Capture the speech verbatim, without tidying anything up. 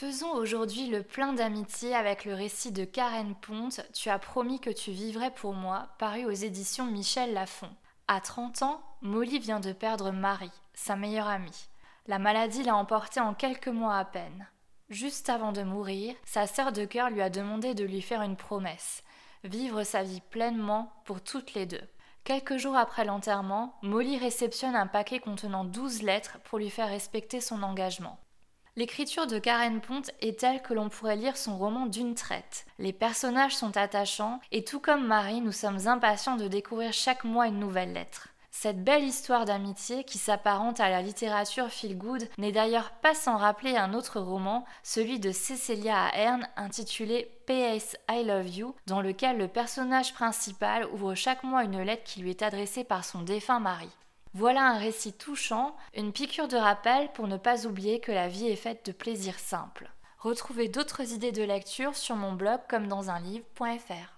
Faisons aujourd'hui le plein d'amitié avec le récit de Karen Ponte, Tu as promis que tu vivrais pour moi, paru aux éditions Michel Lafon. À trente ans, Molly vient de perdre Marie, sa meilleure amie. La maladie l'a emportée en quelques mois à peine. Juste avant de mourir, sa sœur de cœur lui a demandé de lui faire une promesse, vivre sa vie pleinement pour toutes les deux. Quelques jours après l'enterrement, Molly réceptionne un paquet contenant douze lettres pour lui faire respecter son engagement. L'écriture de Karen Ponte est telle que l'on pourrait lire son roman d'une traite. Les personnages sont attachants et tout comme Marie, nous sommes impatients de découvrir chaque mois une nouvelle lettre. Cette belle histoire d'amitié qui s'apparente à la littérature feel-good n'est d'ailleurs pas sans rappeler un autre roman, celui de Cecilia Ahern intitulé P S I Love You, dans lequel le personnage principal ouvre chaque mois une lettre qui lui est adressée par son défunt mari. Voilà un récit touchant, une piqûre de rappel pour ne pas oublier que la vie est faite de plaisirs simples. Retrouvez d'autres idées de lecture sur mon blog comme dans un livre point f r.